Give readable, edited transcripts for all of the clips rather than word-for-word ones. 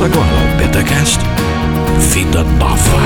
Começa agora o BTCast Vida Nova.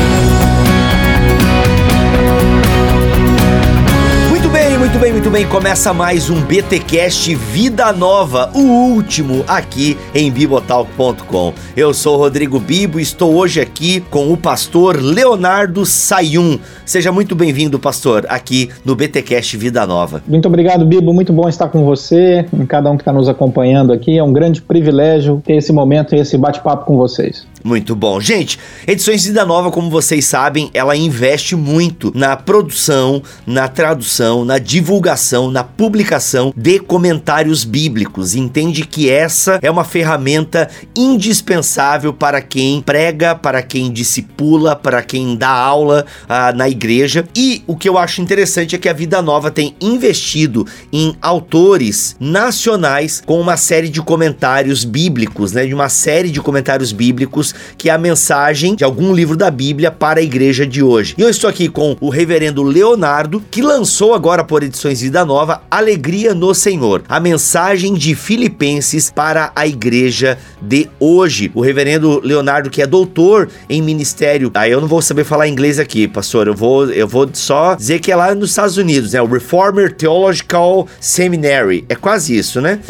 Muito bem. Começa mais um BTcast Vida Nova, o último aqui em bibotalk.com. Eu sou Rodrigo Bibo e estou hoje aqui com o pastor Leonardo Sayum. Seja muito bem-vindo, pastor, aqui no BTcast Vida Nova. Muito obrigado, Bibo. Muito bom estar com você, com cada um que está nos acompanhando aqui. É um grande privilégio ter esse momento e esse bate-papo com vocês. Muito bom. Gente, Edições Vida Nova, como vocês sabem, ela investe muito na produção, na tradução, na divulgação, na publicação de comentários bíblicos. Entende que essa é uma ferramenta indispensável para quem prega, para quem discipula, para quem dá aula na igreja. E o que eu acho interessante é que a Vida Nova tem investido em autores nacionais com uma série de comentários bíblicos, né? De uma série de comentários bíblicos que é a mensagem de algum livro da Bíblia para a igreja de hoje. E eu estou aqui com o reverendo Leonardo, que lançou agora por Edições Vida Nova, Alegria no Senhor, a mensagem de Filipenses para a igreja de hoje. O reverendo Leonardo, que é doutor em ministério, eu não vou saber falar inglês aqui, pastor, eu vou só dizer que é lá nos Estados Unidos, né? O Reformed Theological Seminary, é quase isso, né?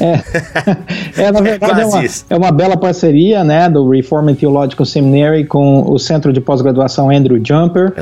Na verdade é uma bela parceria, né, do Reformed Theological Seminary com o Centro de Pós-Graduação Andrew Jumper,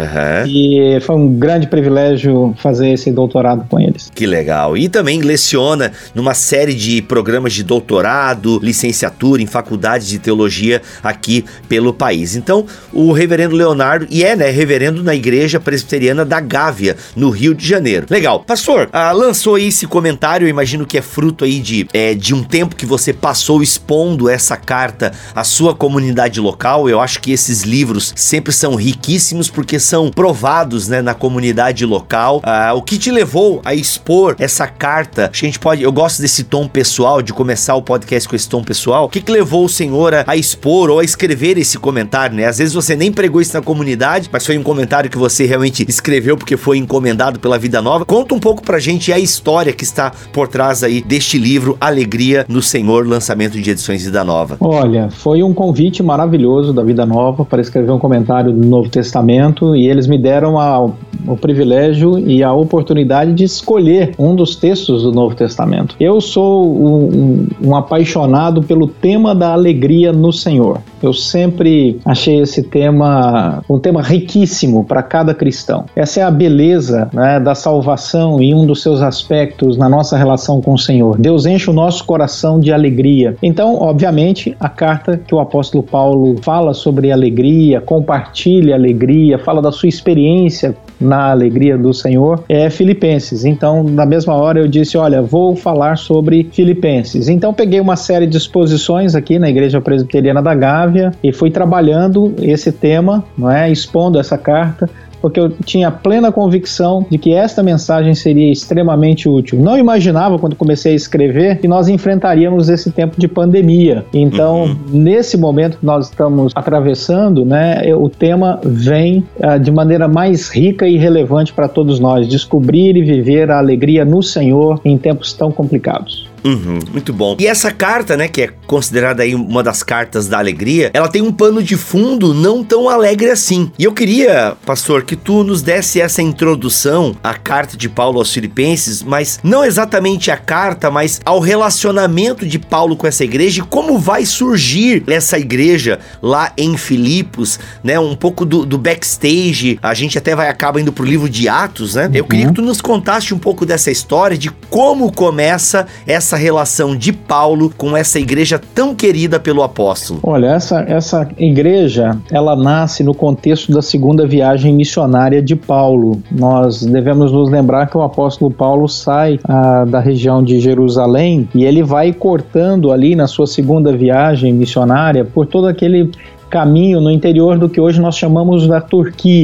e foi um grande privilégio fazer esse doutorado com eles. Que legal. E também leciona numa série de programas de doutorado, licenciatura em faculdades de teologia aqui pelo país. Então, o reverendo Leonardo, reverendo na Igreja Presbiteriana da Gávea, no Rio de Janeiro. Legal. Pastor, lançou aí esse comentário, eu imagino que é fruto aí de um tempo que você passou expondo essa carta à sua comunidade local. Eu acho que esses livros sempre são riquíssimos porque são provados, né, na comunidade local. O que te levou a expor essa carta? Eu gosto desse tom pessoal, de começar o podcast com esse tom pessoal. O que levou o senhor a expor ou a escrever esse comentário, né? Às vezes você nem pregou isso na comunidade, mas foi um comentário que você realmente escreveu porque foi encomendado pela Vida Nova. Conta um pouco pra gente a história que está por trás aí deste livro, Alegria no Senhor, lançamento de Edições Vida Nova. Olha, foi um convite maravilhoso da Vida Nova para escrever um comentário do Novo Testamento, e eles me deram o privilégio e a oportunidade de escolher um dos textos do Novo Testamento. Eu sou um apaixonado pelo tema da alegria no Senhor. Eu sempre achei esse tema um tema riquíssimo para cada cristão. Essa é a beleza, né, da salvação e um dos seus aspectos na nossa relação com o Senhor. Deus enche o nosso coração de alegria. Então, obviamente, a carta que o apóstolo Paulo fala sobre alegria, compartilha alegria, fala da sua experiência na alegria do Senhor, é Filipenses. Então, na mesma hora eu disse, olha, vou falar sobre Filipenses. Então, peguei uma série de exposições aqui na Igreja Presbiteriana da Gávea e fui trabalhando esse tema, não é, expondo essa carta, porque eu tinha plena convicção de que esta mensagem seria extremamente útil. Não imaginava, quando comecei a escrever, que nós enfrentaríamos esse tempo de pandemia. Então, nesse momento que nós estamos atravessando, né, o tema vem de maneira mais rica e relevante para todos nós, descobrir e viver a alegria no Senhor em tempos tão complicados. Muito bom. E essa carta, né, que é considerada aí uma das cartas da alegria, ela tem um pano de fundo não tão alegre assim. E eu queria, pastor, que tu nos desse essa introdução à carta de Paulo aos Filipenses, mas não exatamente a carta, mas ao relacionamento de Paulo com essa igreja e como vai surgir essa igreja lá em Filipos, né, um pouco do backstage. A gente até acaba indo pro livro de Atos, né? Eu queria que tu nos contasse um pouco dessa história, de como começa essa relação de Paulo com essa igreja tão querida pelo apóstolo. Olha, essa igreja, ela nasce no contexto da segunda viagem missionária de Paulo. Nós devemos nos lembrar que o apóstolo Paulo sai da região de Jerusalém e ele vai cortando ali na sua segunda viagem missionária por todo aquele caminho no interior do que hoje nós chamamos da Turquia.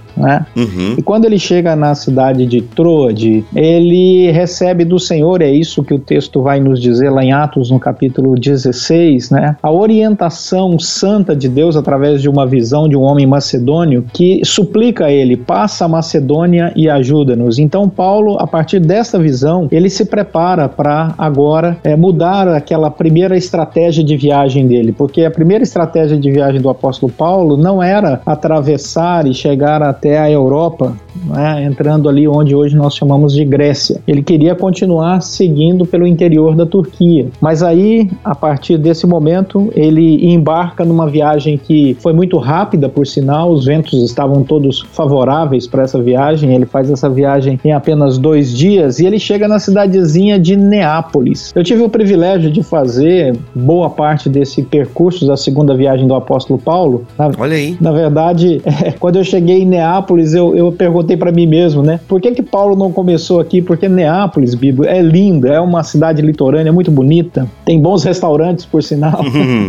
né? E quando ele chega na cidade de Troade, ele recebe do Senhor, é isso que o texto vai nos dizer lá em Atos, no capítulo 16, né? A orientação santa de Deus através de uma visão de um homem macedônio que suplica a ele, passa a Macedônia e ajuda-nos. Então Paulo, a partir desta visão, ele se prepara para agora mudar aquela primeira estratégia de viagem dele, porque a primeira estratégia de viagem do apóstolo Paulo não era atravessar e chegar até a Europa, né, entrando ali onde hoje nós chamamos de Grécia. Ele queria continuar seguindo pelo interior da Turquia, mas aí, a partir desse momento, ele embarca numa viagem que foi muito rápida, por sinal, os ventos estavam todos favoráveis para essa viagem. Ele faz essa viagem em apenas 2 dias e ele chega na cidadezinha de Neápolis. Eu tive o privilégio de fazer boa parte desse percurso da segunda viagem do apóstolo Paulo. Olha aí. Na verdade, quando eu cheguei em Neápolis, eu perguntei para mim mesmo, né? Por que Paulo não começou aqui? Porque Neápolis, Bíblia, é linda, é uma cidade litorânea muito bonita, tem bons restaurantes, por sinal.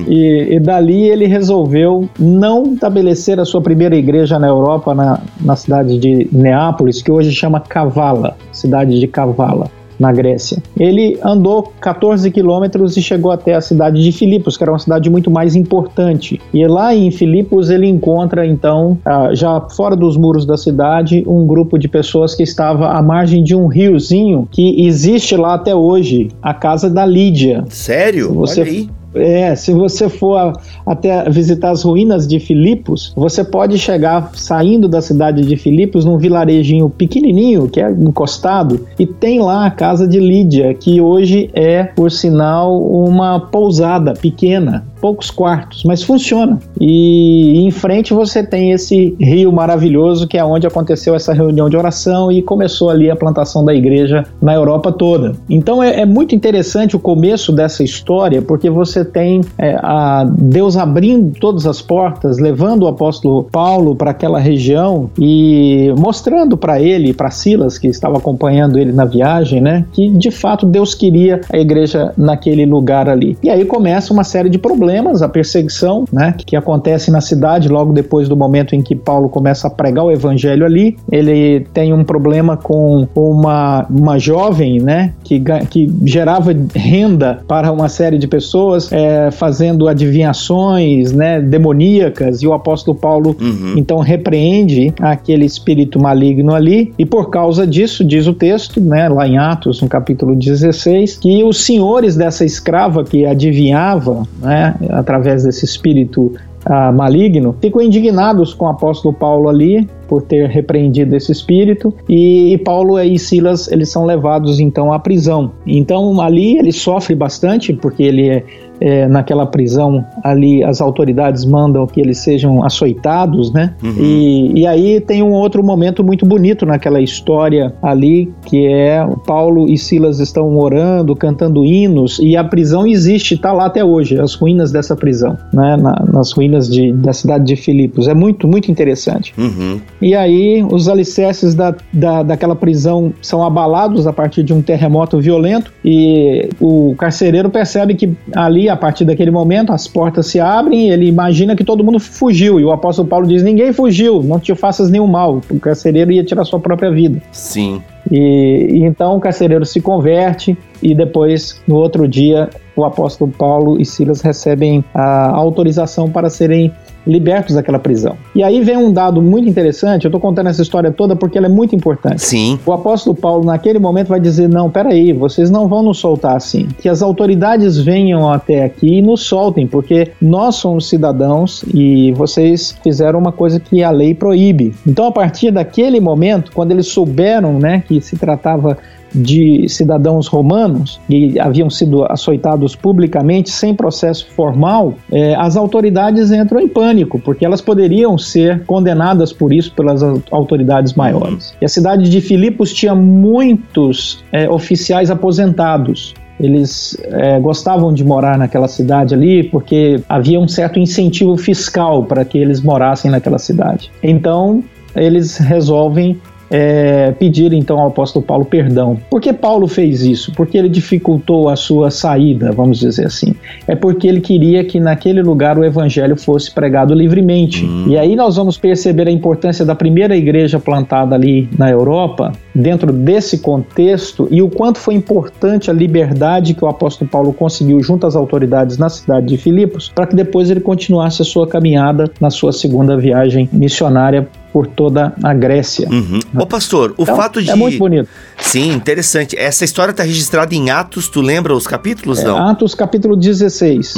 E dali ele resolveu não estabelecer a sua primeira igreja na Europa, na cidade de Neápolis, que hoje chama Kavala, cidade de Kavala, na Grécia. Ele andou 14 quilômetros e chegou até a cidade de Filipos, que era uma cidade muito mais importante. E lá em Filipos ele encontra, então, já fora dos muros da cidade, um grupo de pessoas que estava à margem de um riozinho que existe lá até hoje, a casa da Lídia. Sério? Olha aí. Se você for até visitar as ruínas de Filipos, você pode chegar saindo da cidade de Filipos num vilarejinho pequenininho, que é encostado, e tem lá a casa de Lídia, que hoje é, por sinal, uma pousada pequena, poucos quartos, mas funciona. E em frente você tem esse rio maravilhoso, que é onde aconteceu essa reunião de oração e começou ali a plantação da igreja na Europa toda. Então é muito interessante o começo dessa história, porque você tem a Deus abrindo todas as portas, levando o apóstolo Paulo para aquela região e mostrando para ele, para Silas, que estava acompanhando ele na viagem, né, que de fato Deus queria a igreja naquele lugar ali. E aí começa uma série de problemas, a perseguição, né, que acontece na cidade logo depois do momento em que Paulo começa a pregar o evangelho ali. Ele tem um problema com uma jovem, né, que gerava renda para uma série de pessoas, fazendo adivinhações, né, demoníacas, e o apóstolo Paulo então repreende aquele espírito maligno ali, e por causa disso, diz o texto, né, lá em Atos, no capítulo 16, que os senhores dessa escrava que adivinhava, né, através desse espírito maligno, ficam indignados com o apóstolo Paulo ali, por ter repreendido esse espírito, e Paulo e Silas, eles são levados então à prisão. Então ali ele sofre bastante, porque ele naquela prisão ali as autoridades mandam que eles sejam açoitados, né? E aí tem um outro momento muito bonito naquela história ali, que é Paulo e Silas estão orando, cantando hinos, e a prisão existe, está lá até hoje, as ruínas dessa prisão, né? Nas ruínas da cidade de Filipos. É muito, muito interessante. E aí os alicerces daquela prisão são abalados a partir de um terremoto violento, e o carcereiro percebe que ali, a partir daquele momento, as portas se abrem, ele imagina que todo mundo fugiu, e o apóstolo Paulo diz: ninguém fugiu, não te faças nenhum mal. O carcereiro ia tirar sua própria vida. Sim. E então o carcereiro se converte, e depois, no outro dia, o apóstolo Paulo e Silas recebem a autorização para serem libertos daquela prisão. E aí vem um dado muito interessante, eu estou contando essa história toda porque ela é muito importante. Sim. O apóstolo Paulo, naquele momento, vai dizer: não, peraí, vocês não vão nos soltar assim. Que as autoridades venham até aqui e nos soltem, porque nós somos cidadãos e vocês fizeram uma coisa que a lei proíbe. Então, a partir daquele momento, quando eles souberam, né, que se tratava de cidadãos romanos e haviam sido açoitados publicamente, sem processo formal, as autoridades entram em pânico, porque elas poderiam ser condenadas por isso pelas autoridades maiores. E a cidade de Filipos tinha muitos oficiais aposentados. Eles gostavam de morar naquela cidade ali porque havia um certo incentivo fiscal para que eles morassem naquela cidade. Então, eles resolvem pedir então ao apóstolo Paulo perdão. Por que Paulo fez isso? Porque ele dificultou a sua saída, vamos dizer assim. É porque ele queria que naquele lugar o evangelho fosse pregado livremente. E aí nós vamos perceber a importância da primeira igreja plantada ali na Europa, dentro desse contexto, e o quanto foi importante a liberdade que o apóstolo Paulo conseguiu junto às autoridades na cidade de Filipos, para que depois ele continuasse a sua caminhada na sua segunda viagem missionária por toda a Grécia. Ô pastor, o fato de... É muito bonito. Sim, interessante. Essa história está registrada em Atos, tu lembra os capítulos, não? Atos capítulo 16.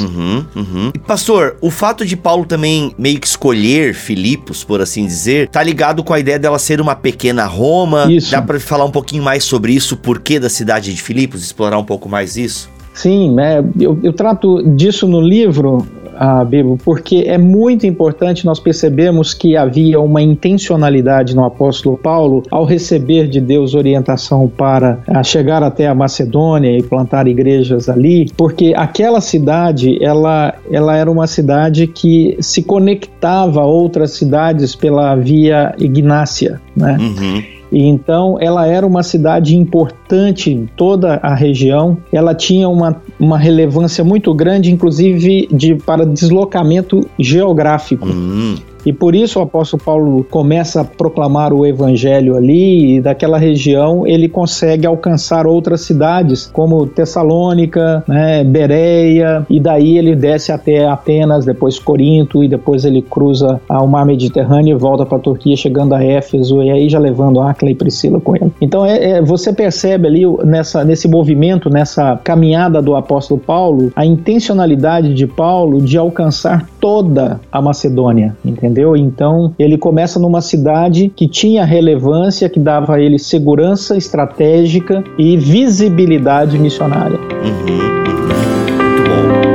E pastor, o fato de Paulo também meio que escolher Filipos, por assim dizer, tá ligado com a ideia dela ser uma pequena Roma. Isso. Dá para falar um pouquinho mais sobre isso, o porquê da cidade de Filipos, explorar um pouco mais isso? Sim, eu trato disso no livro, Bibo, porque é muito importante nós percebermos que havia uma intencionalidade no apóstolo Paulo ao receber de Deus orientação para chegar até a Macedônia e plantar igrejas ali, porque aquela cidade, ela era uma cidade que se conectava a outras cidades pela via Ignácia, né? E então ela era uma cidade importante em toda a região, ela tinha uma relevância muito grande, inclusive para deslocamento geográfico. E por isso o apóstolo Paulo começa a proclamar o evangelho ali, e daquela região ele consegue alcançar outras cidades, como Tessalônica, né, Bereia, e daí ele desce até Atenas, depois Corinto, e depois ele cruza o mar Mediterrâneo e volta para a Turquia, chegando a Éfeso, e aí já levando Áquila e Priscila com ele. Então você percebe ali nesse movimento, nessa caminhada do apóstolo Paulo, a intencionalidade de Paulo de alcançar toda a Macedônia, entendeu? Então ele começa numa cidade que tinha relevância, que dava a ele segurança estratégica e visibilidade missionária. Muito bom.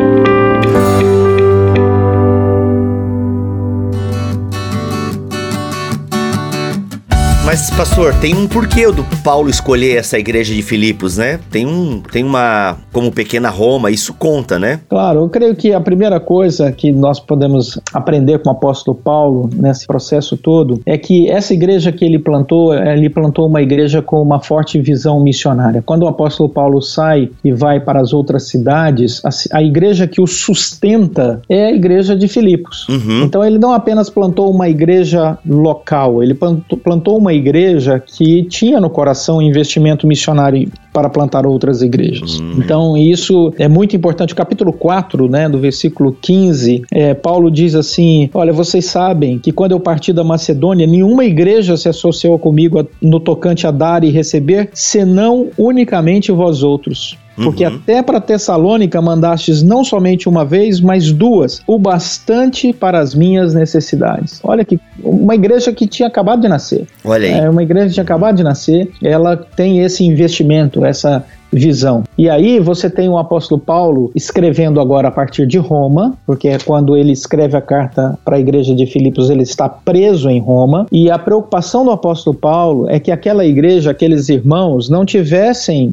Mas, pastor, tem um porquê do Paulo escolher essa igreja de Filipos, né? Tem uma, como pequena Roma, isso conta, né? Claro, eu creio que a primeira coisa que nós podemos aprender com o apóstolo Paulo nesse processo todo é que essa igreja que ele plantou uma igreja com uma forte visão missionária. Quando o apóstolo Paulo sai e vai para as outras cidades, a igreja que o sustenta é a igreja de Filipos. Então ele não apenas plantou uma igreja local, ele plantou uma igreja que tinha no coração um investimento missionário para plantar outras igrejas. Então isso é muito importante. O capítulo 4, né, do versículo 15, Paulo diz assim: olha, vocês sabem que quando eu parti da Macedônia, nenhuma igreja se associou comigo no tocante a dar e receber, senão unicamente vós outros. Porque até para Tessalônica mandastes não somente uma vez, mas duas, o bastante para as minhas necessidades. Olha que uma igreja que tinha acabado de nascer. Olha aí. Uma igreja que tinha acabado de nascer, ela tem esse investimento, essa visão. E aí você tem o apóstolo Paulo escrevendo agora a partir de Roma, porque quando ele escreve a carta para a igreja de Filipos, ele está preso em Roma, e a preocupação do apóstolo Paulo é que aquela igreja, aqueles irmãos, não tivessem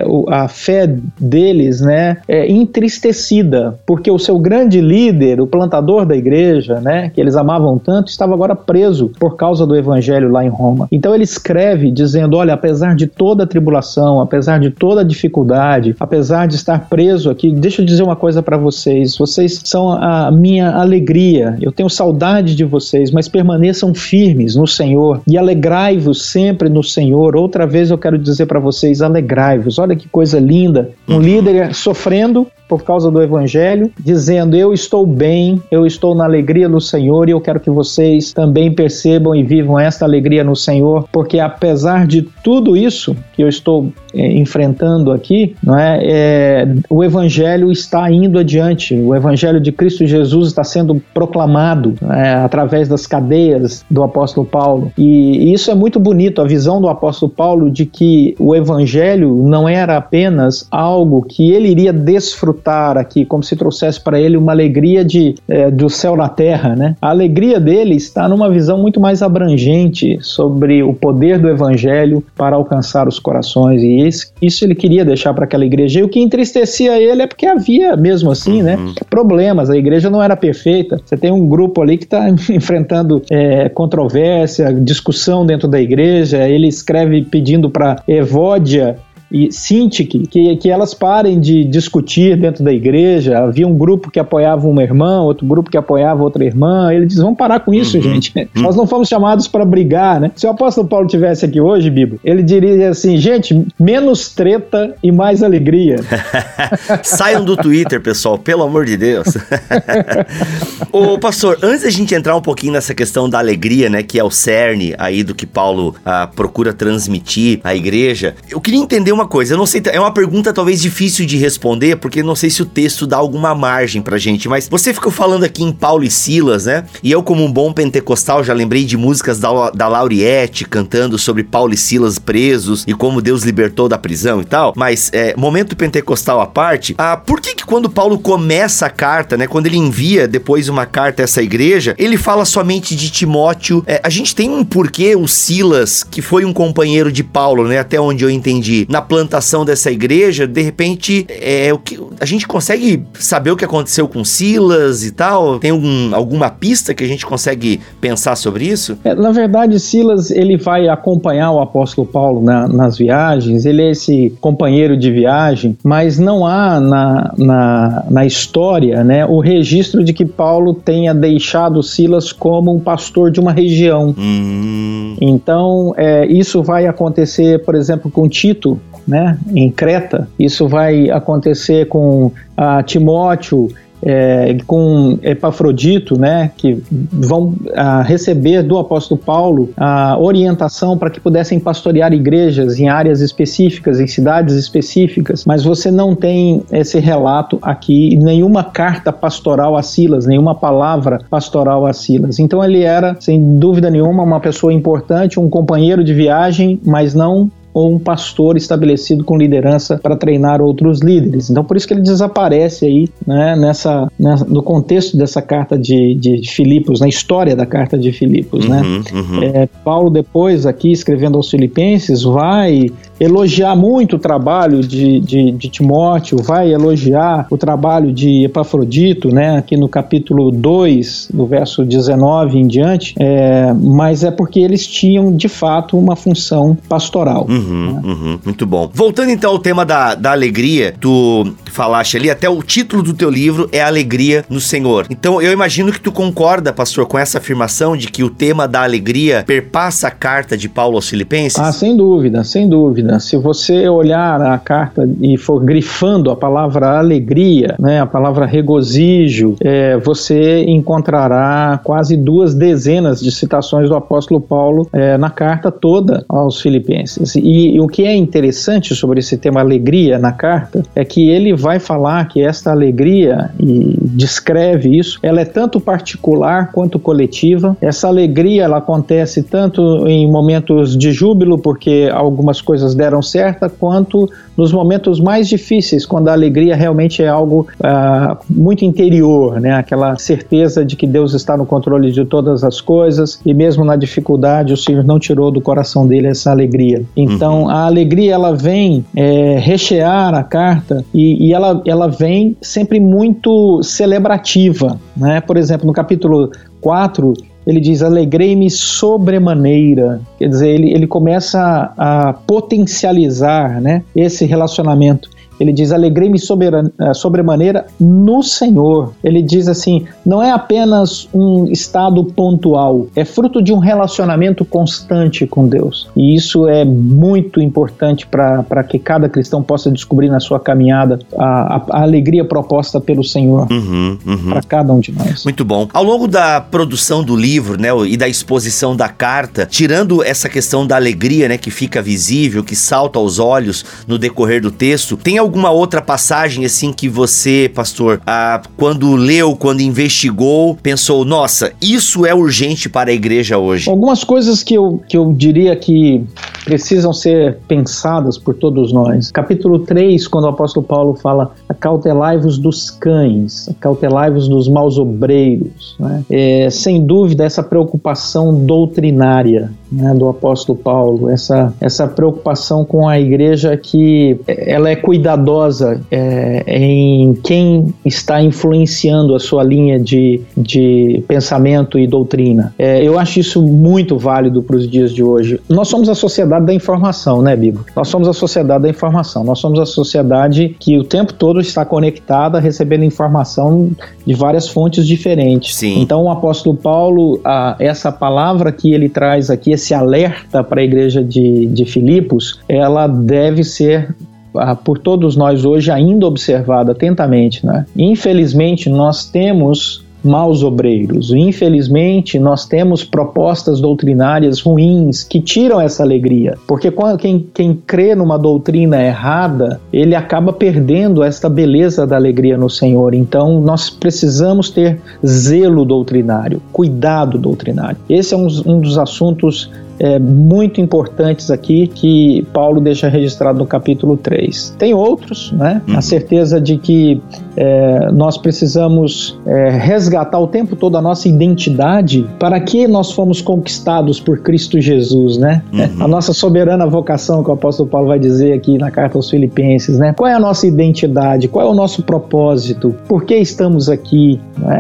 a fé deles, né, entristecida, porque o seu grande líder, o plantador da igreja, né, que eles amavam tanto, estava agora preso por causa do evangelho lá em Roma. Então ele escreve dizendo: olha, apesar de toda a tribulação, apesar de toda a dificuldade, apesar de estar preso aqui, deixa eu dizer uma coisa para vocês: vocês são a minha alegria, eu tenho saudade de vocês, mas permaneçam firmes no Senhor e alegrai-vos sempre no Senhor. Outra vez eu quero dizer para vocês: alegrai-vos. Olha que coisa linda, um líder sofrendo por causa do evangelho, dizendo: eu estou bem, eu estou na alegria no Senhor, e eu quero que vocês também percebam e vivam esta alegria no Senhor, porque apesar de tudo isso que eu estou enfrentando aqui, não é, o evangelho está indo adiante, o evangelho de Cristo Jesus está sendo proclamado através das cadeias do apóstolo Paulo, e isso é muito bonito, a visão do apóstolo Paulo de que o evangelho não era apenas algo que ele iria desfrutar aqui, como se trouxesse para ele uma alegria do céu na terra, né? A alegria dele está numa visão muito mais abrangente sobre o poder do evangelho para alcançar os corações, e isso ele queria deixar para aquela igreja. E o que entristecia ele é porque havia, mesmo assim, né, problemas. A igreja não era perfeita. Você tem um grupo ali que está enfrentando controvérsia, discussão dentro da igreja. Ele escreve pedindo para Evódia e Sintique que elas parem de discutir dentro da igreja. Havia um grupo que apoiava uma irmã, outro grupo que apoiava outra irmã. Ele diz, vamos parar com isso, gente. Nós não fomos chamados para brigar, né? Se o apóstolo Paulo estivesse aqui hoje, Bibo, ele diria assim, gente, menos treta e mais alegria. Saiam do Twitter, pessoal, pelo amor de Deus. Ô, pastor, antes da gente entrar um pouquinho nessa questão da alegria, né, que é o cerne aí do que Paulo procura transmitir à igreja, eu queria entender uma coisa, eu não sei, é uma pergunta talvez difícil de responder, porque não sei se o texto dá alguma margem pra gente, mas você ficou falando aqui em Paulo e Silas, né? E eu, como um bom pentecostal, já lembrei de músicas da Lauriette cantando sobre Paulo e Silas presos e como Deus libertou da prisão e tal, mas momento pentecostal à parte, por que quando Paulo começa a carta, né, quando ele envia depois uma carta a essa igreja, ele fala somente de Timóteo? A gente tem um porquê o Silas, que foi um companheiro de Paulo, né, até onde eu entendi, na plantação dessa igreja, de repente, o que a gente consegue saber o que aconteceu com Silas e tal? Tem alguma pista que a gente consegue pensar sobre isso? Na verdade, Silas, ele vai acompanhar o apóstolo Paulo nas viagens, ele é esse companheiro de viagem, mas não há na história, né, o registro de que Paulo tenha deixado Silas como um pastor de uma região. Então, isso vai acontecer, por exemplo, com Tito, né, em Creta. Isso vai acontecer com Timóteo, com Epafrodito, né, que vão receber do apóstolo Paulo a orientação para que pudessem pastorear igrejas em áreas específicas, em cidades específicas, mas você não tem esse relato aqui, nenhuma carta pastoral a Silas, nenhuma palavra pastoral a Silas. Então ele era, sem dúvida nenhuma, uma pessoa importante, um companheiro de viagem, mas não ou um pastor estabelecido com liderança para treinar outros líderes. Então, por isso que ele desaparece aí, né, no contexto dessa carta de Filipos, na história da carta de Filipos, né? Paulo, depois, aqui, escrevendo aos Filipenses, vai elogiar muito o trabalho de Timóteo, vai elogiar o trabalho de Epafrodito, né, aqui no capítulo 2, do verso 19 em diante, mas é porque eles tinham, de fato, uma função pastoral. Muito bom. Voltando então ao tema da alegria, tu falaste ali, até o título do teu livro é Alegria no Senhor. Então eu imagino que tu concorda, pastor, com essa afirmação de que o tema da alegria perpassa a carta de Paulo aos Filipenses? Sem dúvida, sem dúvida. Se você olhar a carta e for grifando a palavra alegria, né, a palavra regozijo, você encontrará quase 2 dezenas de citações do apóstolo Paulo na carta toda aos Filipenses. E o que é interessante sobre esse tema alegria na carta é que ele vai falar que esta alegria, e descreve isso, ela é tanto particular quanto coletiva. Essa alegria, ela acontece tanto em momentos de júbilo, porque algumas coisas deram certo, quanto nos momentos mais difíceis, quando a alegria realmente é algo muito interior, né? Aquela certeza de que Deus está no controle de todas as coisas, e mesmo na dificuldade o Senhor não tirou do coração dele essa alegria. Então a alegria, ela vem rechear a carta, e ela vem sempre muito celebrativa, né? Por exemplo, no capítulo 4, ele diz, alegrei-me sobremaneira. Quer dizer, ele começa a potencializar, né, esse relacionamento. Ele diz, alegrei-me sobremaneira no Senhor. Ele diz assim, não é apenas um estado pontual, é fruto de um relacionamento constante com Deus. E isso é muito importante para que cada cristão possa descobrir na sua caminhada a alegria proposta pelo Senhor para cada um de nós. Muito bom. Ao longo da produção do livro, né, e da exposição da carta, tirando essa questão da alegria, né, que fica visível, que salta aos olhos no decorrer do texto, tem alguma outra passagem assim que você, pastor, quando leu, quando investigou, pensou, nossa, isso é urgente para a igreja hoje? Algumas coisas que eu diria que precisam ser pensadas por todos nós. Capítulo 3, quando o apóstolo Paulo fala, acautelai-vos dos cães, acautelai-vos dos maus obreiros, né? Sem dúvida, essa preocupação doutrinária, né, do apóstolo Paulo, essa preocupação com a igreja que ela é cuidadosa em quem está influenciando a sua linha de pensamento e doutrina. Eu acho isso muito válido para os dias de hoje. Nós somos a sociedade da informação, né, Bibo? Nós somos a sociedade da informação. Nós somos a sociedade que o tempo todo está conectada, recebendo informação de várias fontes diferentes. Sim. Então, o apóstolo Paulo, essa palavra que ele traz aqui, esse alerta para a igreja de Filipos, ela deve ser por todos nós hoje ainda observada atentamente, né? Infelizmente, nós temos maus obreiros. Infelizmente, nós temos propostas doutrinárias ruins que tiram essa alegria. Porque quem crê numa doutrina errada, ele acaba perdendo esta beleza da alegria no Senhor. Então, nós precisamos ter zelo doutrinário, cuidado doutrinário. Esse é um dos assuntos muito importantes aqui que Paulo deixa registrado no capítulo 3. Tem outros, né? A certeza de que nós precisamos resgatar o tempo todo a nossa identidade. Para que nós fomos conquistados por Cristo Jesus, né? A nossa soberana vocação, que o apóstolo Paulo vai dizer aqui na carta aos Filipenses, né? Qual é a nossa identidade? Qual é o nosso propósito? Por que estamos aqui?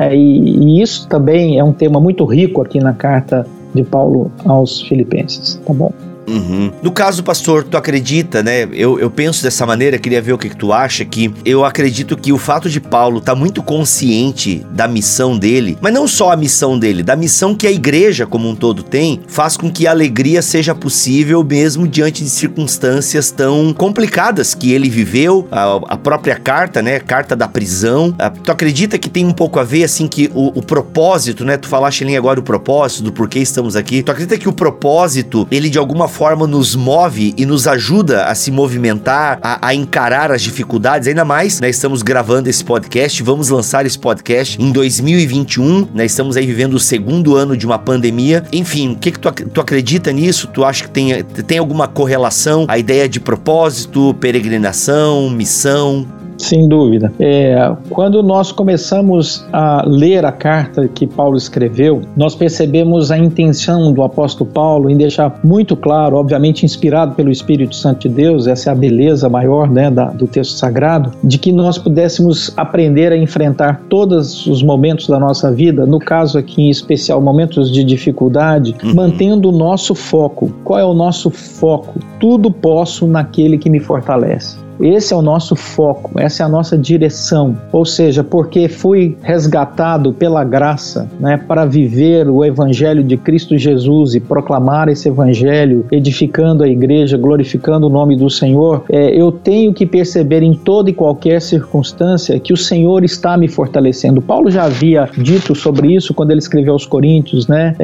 E isso também é um tema muito rico aqui na carta de Paulo aos Filipenses, tá bom? No caso, pastor, tu acredita, né? Eu penso dessa maneira, queria ver o que tu acha, que eu acredito que o fato de Paulo estar muito consciente da missão dele, mas não só a missão dele, da missão que a igreja como um todo tem, faz com que a alegria seja possível mesmo diante de circunstâncias tão complicadas que ele viveu, a própria carta, né? Carta da prisão. Tu acredita que tem um pouco a ver, assim, que o propósito, né? Tu falaste ali agora o propósito, do porquê estamos aqui. Tu acredita que o propósito, ele de alguma forma nos move e nos ajuda a se movimentar, a encarar as dificuldades, ainda mais, né, estamos gravando esse podcast, vamos lançar esse podcast em 2021, né, estamos aí vivendo o segundo ano de uma pandemia, enfim, o que tu acredita nisso? Tu acha que tem alguma correlação, a ideia de propósito, peregrinação, missão? Sem dúvida. Quando nós começamos a ler a carta que Paulo escreveu, nós percebemos a intenção do apóstolo Paulo em deixar muito claro, obviamente inspirado pelo Espírito Santo de Deus, essa é a beleza maior, né, do texto sagrado, de que nós pudéssemos aprender a enfrentar todos os momentos da nossa vida, no caso aqui em especial momentos de dificuldade, mantendo o nosso foco. Qual é o nosso foco? Tudo posso naquele que me fortalece. Esse é o nosso foco, essa é a nossa direção, ou seja, porque fui resgatado pela graça, né, para viver o Evangelho de Cristo Jesus e proclamar esse Evangelho, edificando a igreja, glorificando o nome do Senhor, eu tenho que perceber em toda e qualquer circunstância que o Senhor está me fortalecendo. Paulo já havia dito sobre isso quando ele escreveu aos Coríntios, né,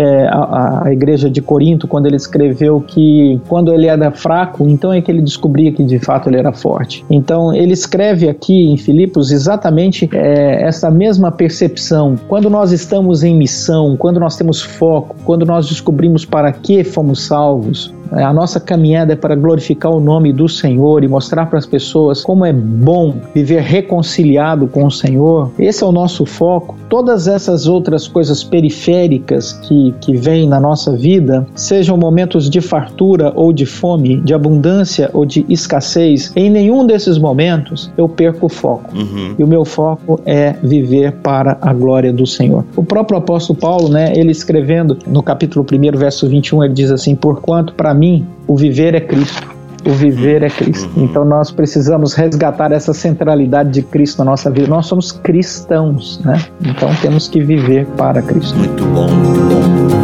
a igreja de Corinto, quando ele escreveu que quando ele era fraco, então é que ele descobria que de fato ele era forte. Então ele escreve aqui em Filipos exatamente essa mesma percepção. Quando nós estamos em missão, quando nós temos foco, quando nós descobrimos para que fomos salvos, a nossa caminhada é para glorificar o nome do Senhor e mostrar para as pessoas como é bom viver reconciliado com o Senhor. Esse é o nosso foco. Todas essas outras coisas periféricas que vêm na nossa vida, sejam momentos de fartura ou de fome, de abundância ou de escassez, em nenhum desses momentos eu perco o foco. E o meu foco é viver para a glória do Senhor. O próprio apóstolo Paulo, né, ele escrevendo no capítulo 1, verso 21, ele diz assim: porquanto para mim o viver é Cristo. O viver é Cristo. Então nós precisamos resgatar essa centralidade de Cristo na nossa vida. Nós somos cristãos, né? Então temos que viver para Cristo. Muito bom, muito bom.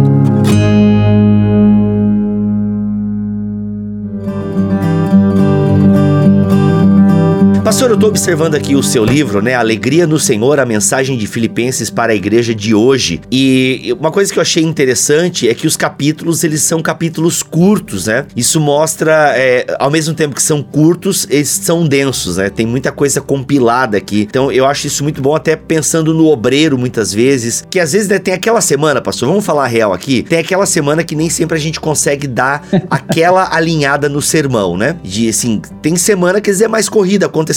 Pastor, eu estou observando aqui o seu livro, né? Alegria no Senhor, a mensagem de Filipenses para a igreja de hoje. E uma coisa que eu achei interessante é que os capítulos, eles são capítulos curtos, né? Isso mostra, ao mesmo tempo que são curtos, eles são densos, né? Tem muita coisa compilada aqui. Então eu acho isso muito bom, até pensando no obreiro muitas vezes, que às vezes, né, tem aquela semana, pastor, vamos falar a real aqui, tem aquela semana que nem sempre a gente consegue dar aquela alinhada no sermão, né? De assim, tem semana que às vezes é mais corrida, aconteceu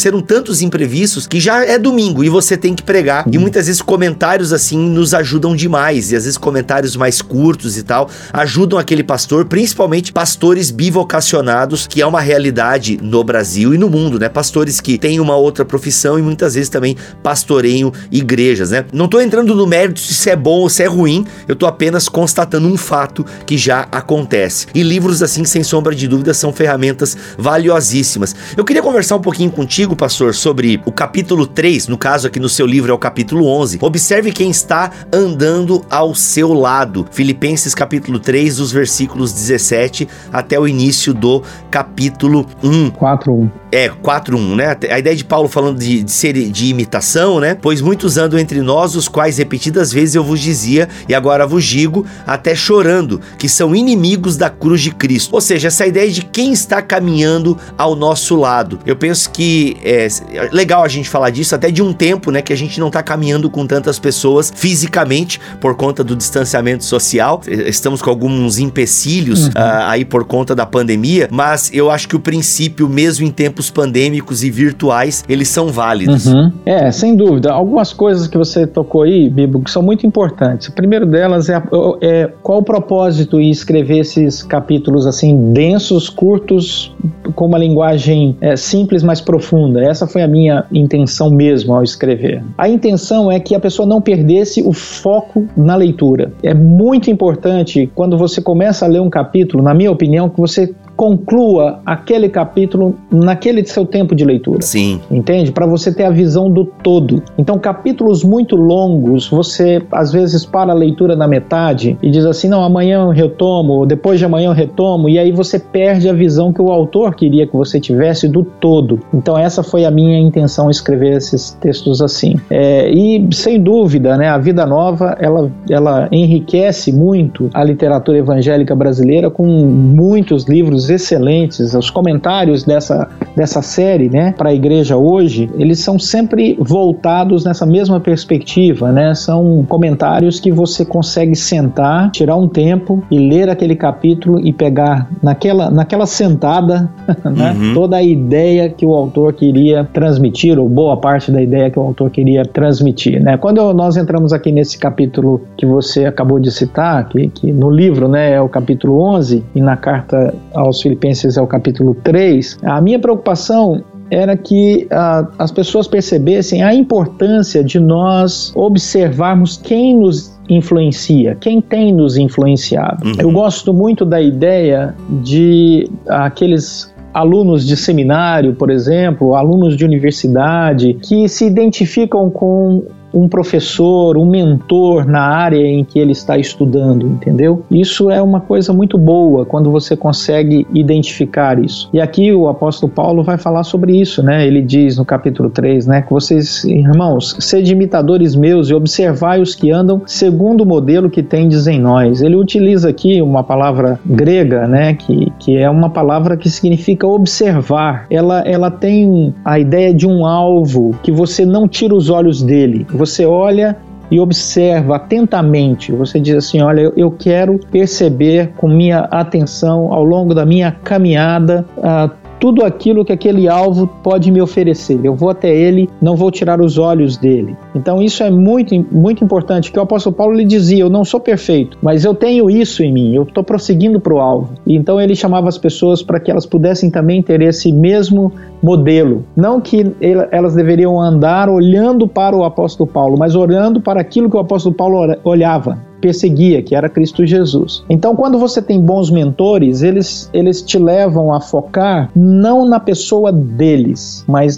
aconteceram tantos imprevistos que já é domingo e você tem que pregar. E muitas vezes comentários assim nos ajudam demais. E às vezes comentários mais curtos e tal ajudam aquele pastor, principalmente pastores bivocacionados, que é uma realidade no Brasil e no mundo, né? Pastores que têm uma outra profissão e muitas vezes também pastoreiam igrejas, né? Não tô entrando no mérito se isso é bom ou se é ruim, eu tô apenas constatando um fato que já acontece. E livros assim, sem sombra de dúvida, são ferramentas valiosíssimas. Eu queria conversar um pouquinho contigo, pastor, sobre o capítulo 3, no caso aqui no seu livro é o capítulo 11. Observe quem está andando ao seu lado. Filipenses capítulo 3, dos versículos 17 até o início do capítulo 1. 4:1. 4:1, né? A ideia de Paulo falando de ser de imitação, né? Pois muitos andam entre nós, os quais repetidas vezes eu vos dizia, e agora vos digo, até chorando, que são inimigos da cruz de Cristo. Ou seja, essa ideia de quem está caminhando ao nosso lado. Eu penso que é legal a gente falar disso, até de um tempo, né? Que a gente não está caminhando com tantas pessoas fisicamente, por conta do distanciamento social. Estamos com alguns empecilhos aí por conta da pandemia, mas eu acho que o princípio, mesmo em tempos pandêmicos e virtuais, eles são válidos. Sem dúvida. Algumas coisas que você tocou aí, Bibo, que são muito importantes. O primeiro delas é qual o propósito em escrever esses capítulos assim, densos, curtos, com uma linguagem simples, mas profunda. Essa foi a minha intenção mesmo ao escrever. A intenção é que a pessoa não perdesse o foco na leitura. É muito importante, quando você começa a ler um capítulo, na minha opinião, que você conclua aquele capítulo naquele seu tempo de leitura. Sim. Entende? Para você ter a visão do todo. Então, capítulos muito longos, você às vezes para a leitura na metade e diz assim, não, amanhã eu retomo, depois de amanhã eu retomo, e aí você perde a visão que o autor queria que você tivesse do todo. Então, essa foi a minha intenção, escrever esses textos assim. E, sem dúvida, né, a Vida Nova, ela enriquece muito a literatura evangélica brasileira com muitos livros excelentes. Os comentários dessa série, né, para a igreja hoje, eles são sempre voltados nessa mesma perspectiva, né? São comentários que você consegue sentar, tirar um tempo e ler aquele capítulo e pegar naquela sentada, né, toda a ideia que o autor queria transmitir, ou boa parte da ideia que o autor queria transmitir, né? Quando nós entramos aqui nesse capítulo que você acabou de citar, que no livro, né, é o capítulo 11 e na carta aos Filipenses é o capítulo 3, a minha preocupação era que as pessoas percebessem a importância de nós observarmos quem nos influencia, quem tem nos influenciado. Eu gosto muito da ideia de aqueles alunos de seminário, por exemplo, alunos de universidade, que se identificam com um professor, um mentor na área em que ele está estudando, entendeu? Isso é uma coisa muito boa quando você consegue identificar isso. E aqui o apóstolo Paulo vai falar sobre isso, né? Ele diz no capítulo 3, né? Que vocês, irmãos, sede imitadores meus e observai os que andam segundo o modelo que tendes em nós. Ele utiliza aqui uma palavra grega, né? Que é uma palavra que significa observar. Ela tem a ideia de um alvo que você não tira os olhos dele. Você olha e observa atentamente, você diz assim, olha, eu quero perceber com minha atenção ao longo da minha caminhada tudo aquilo que aquele alvo pode me oferecer. Eu vou até ele, não vou tirar os olhos dele. Então isso é muito, muito importante, que o apóstolo Paulo lhe dizia, eu não sou perfeito, mas eu tenho isso em mim, eu estou prosseguindo para o alvo. E então ele chamava as pessoas para que elas pudessem também ter esse mesmo modelo. Não que elas deveriam andar olhando para o apóstolo Paulo, mas olhando para aquilo que o apóstolo Paulo olhava, perseguia, que era Cristo Jesus. Então, quando você tem bons mentores, eles te levam a focar não na pessoa deles, mas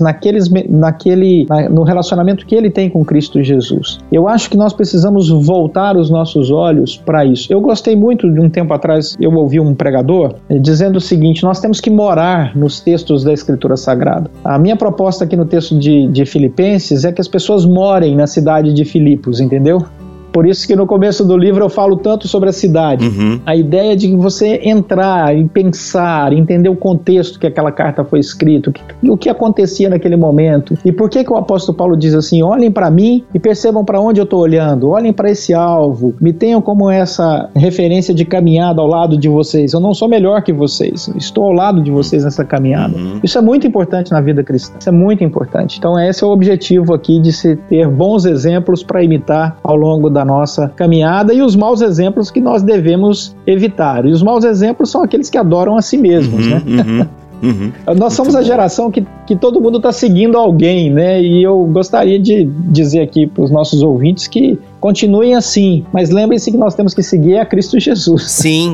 no relacionamento que ele tem com Cristo Jesus. Eu acho que nós precisamos voltar os nossos olhos para isso. Eu gostei muito de um tempo atrás, eu ouvi um pregador dizendo o seguinte, nós temos que morar nos textos da Escritura Sagrada. A minha proposta aqui no texto de Filipenses é que as pessoas morem na cidade de Filipos, entendeu? Por isso que no começo do livro eu falo tanto sobre a cidade. A ideia de você entrar e pensar, entender o contexto que aquela carta foi escrita, o que acontecia naquele momento. E por que o apóstolo Paulo diz assim, olhem para mim e percebam para onde eu estou olhando, olhem para esse alvo, me tenham como essa referência de caminhada ao lado de vocês. Eu não sou melhor que vocês, estou ao lado de vocês nessa caminhada. Isso é muito importante na vida cristã, isso é muito importante. Então esse é o objetivo aqui de se ter bons exemplos para imitar ao longo da nossa caminhada e os maus exemplos que nós devemos evitar. E os maus exemplos são aqueles que adoram a si mesmos, né? Nós somos a geração que todo mundo está seguindo alguém, né? E eu gostaria de dizer aqui para os nossos ouvintes que continuem assim, mas lembrem-se que nós temos que seguir a Cristo Jesus. Sim.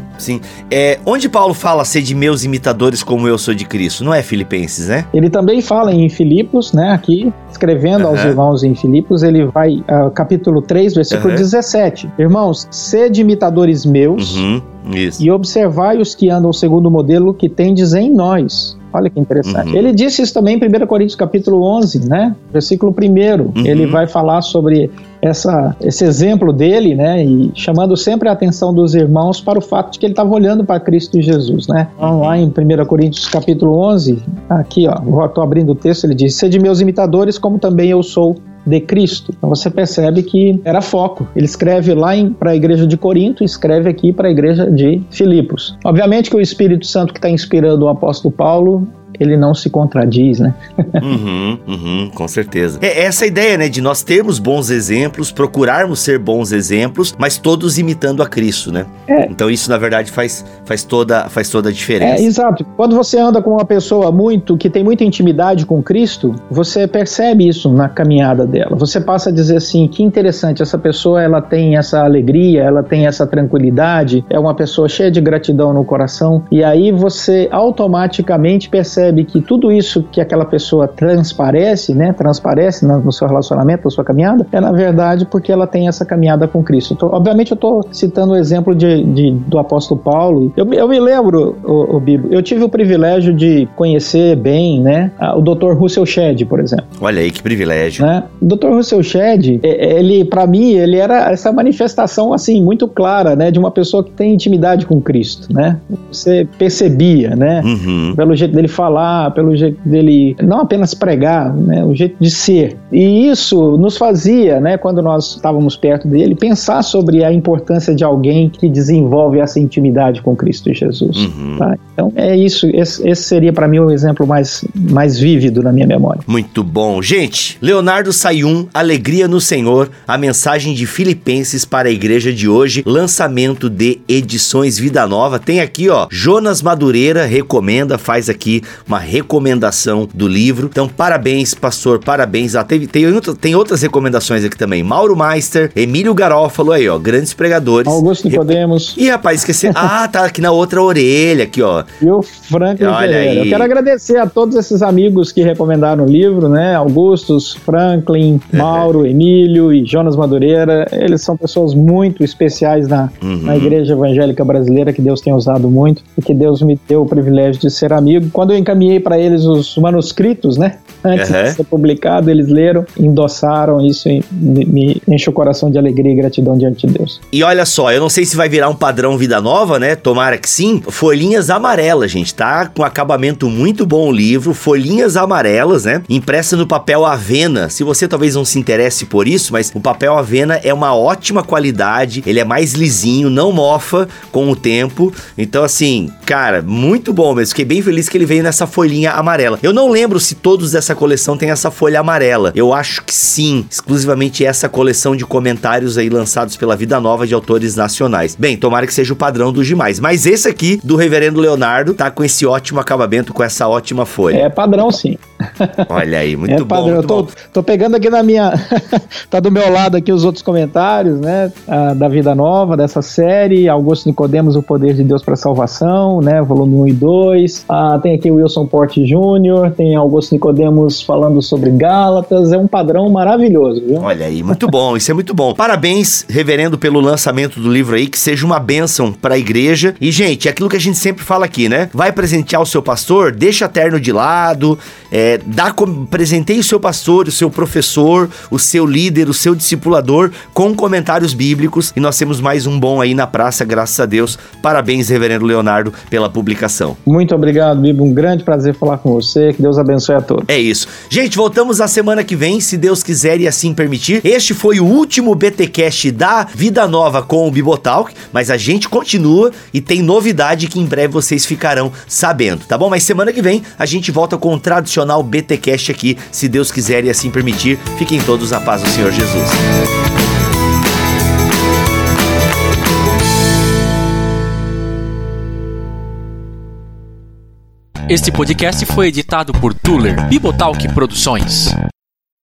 Onde Paulo fala ser de meus imitadores como eu sou de Cristo? Não é Filipenses, né? Ele também fala em Filipos, né? Aqui, escrevendo aos irmãos em Filipos, ele vai, capítulo 3, versículo 17. Irmãos, sede imitadores meus e observai os que andam segundo o modelo que tendes em nós. Olha que interessante. Ele disse isso também em 1 Coríntios capítulo 11, né? Versículo 1. Ele vai falar sobre esse exemplo dele, né? E chamando sempre a atenção dos irmãos para o fato de que ele estava olhando para Cristo Jesus, né? Então, lá em 1 Coríntios capítulo 11, aqui, ó, estou abrindo o texto, ele diz, sede meus imitadores como também eu sou de Cristo. Então você percebe que era foco. Ele escreve lá para a igreja de Corinto e escreve aqui para a igreja de Filipos. Obviamente que o Espírito Santo que está inspirando o apóstolo Paulo, ele não se contradiz, né? Com certeza. É essa ideia, né, de nós termos bons exemplos, procurarmos ser bons exemplos, mas todos imitando a Cristo, né? Então isso, na verdade, faz toda a diferença. Exato. Quando você anda com uma pessoa que tem muita intimidade com Cristo, você percebe isso na caminhada dela. Você passa a dizer assim, que interessante, essa pessoa, ela tem essa alegria, ela tem essa tranquilidade, é uma pessoa cheia de gratidão no coração, e aí você automaticamente percebe que tudo isso que aquela pessoa transparece no seu relacionamento, na sua caminhada, é na verdade porque ela tem essa caminhada com Cristo. Obviamente eu estou citando o exemplo do apóstolo Paulo. Eu me lembro, o Bibo, eu tive o privilégio de conhecer bem, né, o Dr. Russell Shedd, por exemplo. Olha aí que privilégio. Né? O Dr. Russell Shedd, para mim, ele era essa manifestação assim, muito clara, né, de uma pessoa que tem intimidade com Cristo, né? Você percebia, né, pelo jeito dele falar, pelo jeito dele não apenas pregar, né, o jeito de ser. E isso nos fazia, né, quando nós estávamos perto dele, pensar sobre a importância de alguém que desenvolve essa intimidade com Cristo Jesus. Tá? Então é isso, esse seria para mim o exemplo mais vívido na minha memória. Muito bom. Gente, Leonardo Sayum, Alegria no Senhor, a mensagem de Filipenses para a igreja de hoje, lançamento de Edições Vida Nova. Tem aqui, ó, Jonas Madureira recomenda, faz aqui uma recomendação do livro. Então, parabéns, pastor, parabéns. Tem outras recomendações aqui também. Mauro Meister, Emílio Garófalo aí, ó, grandes pregadores. Augusto Nicodemos. Ih, rapaz, esqueci. Tá aqui na outra orelha, aqui, ó. E o Franklin Ferreira. Eu quero agradecer a todos esses amigos que recomendaram o livro, né? Augustus, Franklin, Mauro, Emílio e Jonas Madureira. Eles são pessoas muito especiais na igreja evangélica brasileira, que Deus tem usado muito e que Deus me deu o privilégio de ser amigo. Quando eu encaminhei para eles os manuscritos, né? Antes de ser publicado, eles leram, endossaram isso e me enche o coração de alegria e gratidão diante de Deus. E olha só, eu não sei se vai virar um padrão Vida Nova, né? Tomara que sim. Folhinhas amarelas, gente, tá? Com acabamento muito bom o livro, folhinhas amarelas, né? Impressa no papel Avena. Se você talvez não se interesse por isso, mas o papel Avena é uma ótima qualidade, ele é mais lisinho, não mofa com o tempo. Então, assim, cara, muito bom mesmo. Fiquei bem feliz que ele veio nessa folhinha amarela. Eu não lembro se todos dessa coleção tem essa folha amarela. Eu acho que sim, exclusivamente essa coleção de comentários aí lançados pela Vida Nova de autores nacionais. Bem, tomara que seja o padrão dos demais. Mas esse aqui, do Reverendo Leonardo, tá com esse ótimo acabamento, com essa ótima folha. É padrão, sim. Olha aí, muito bom. Padrão. Muito tô pegando aqui na minha... tá do meu lado aqui os outros comentários, né? Da Vida Nova, dessa série. Augusto Nicodemos, O Poder de Deus para a Salvação, né? Volume 1 e 2. Tem aqui o Wilson Wilson Porte Júnior, tem Augusto Nicodemos falando sobre Gálatas, é um padrão maravilhoso, viu? Olha aí, muito bom, isso é muito bom. Parabéns, reverendo, pelo lançamento do livro aí, que seja uma bênção pra igreja. E, gente, é aquilo que a gente sempre fala aqui, né? Vai presentear o seu pastor, deixa terno de lado, presenteie o seu pastor, o seu professor, o seu líder, o seu discipulador, com comentários bíblicos. E nós temos mais um bom aí na praça, graças a Deus. Parabéns, reverendo Leonardo, pela publicação. Muito obrigado, Bibo. Um grande prazer falar com você. Que Deus abençoe a todos. É isso. Gente, voltamos na semana que vem, se Deus quiser e assim permitir. Este foi o último BTcast da Vida Nova com o Bibotalk, mas a gente continua e tem novidade que em breve vocês ficarão sabendo, tá bom? Mas semana que vem a gente volta com o tradicional BTcast aqui, se Deus quiser e assim permitir. Fiquem todos na paz do Senhor Jesus. Este podcast foi editado por Tuller Bibotalk Produções.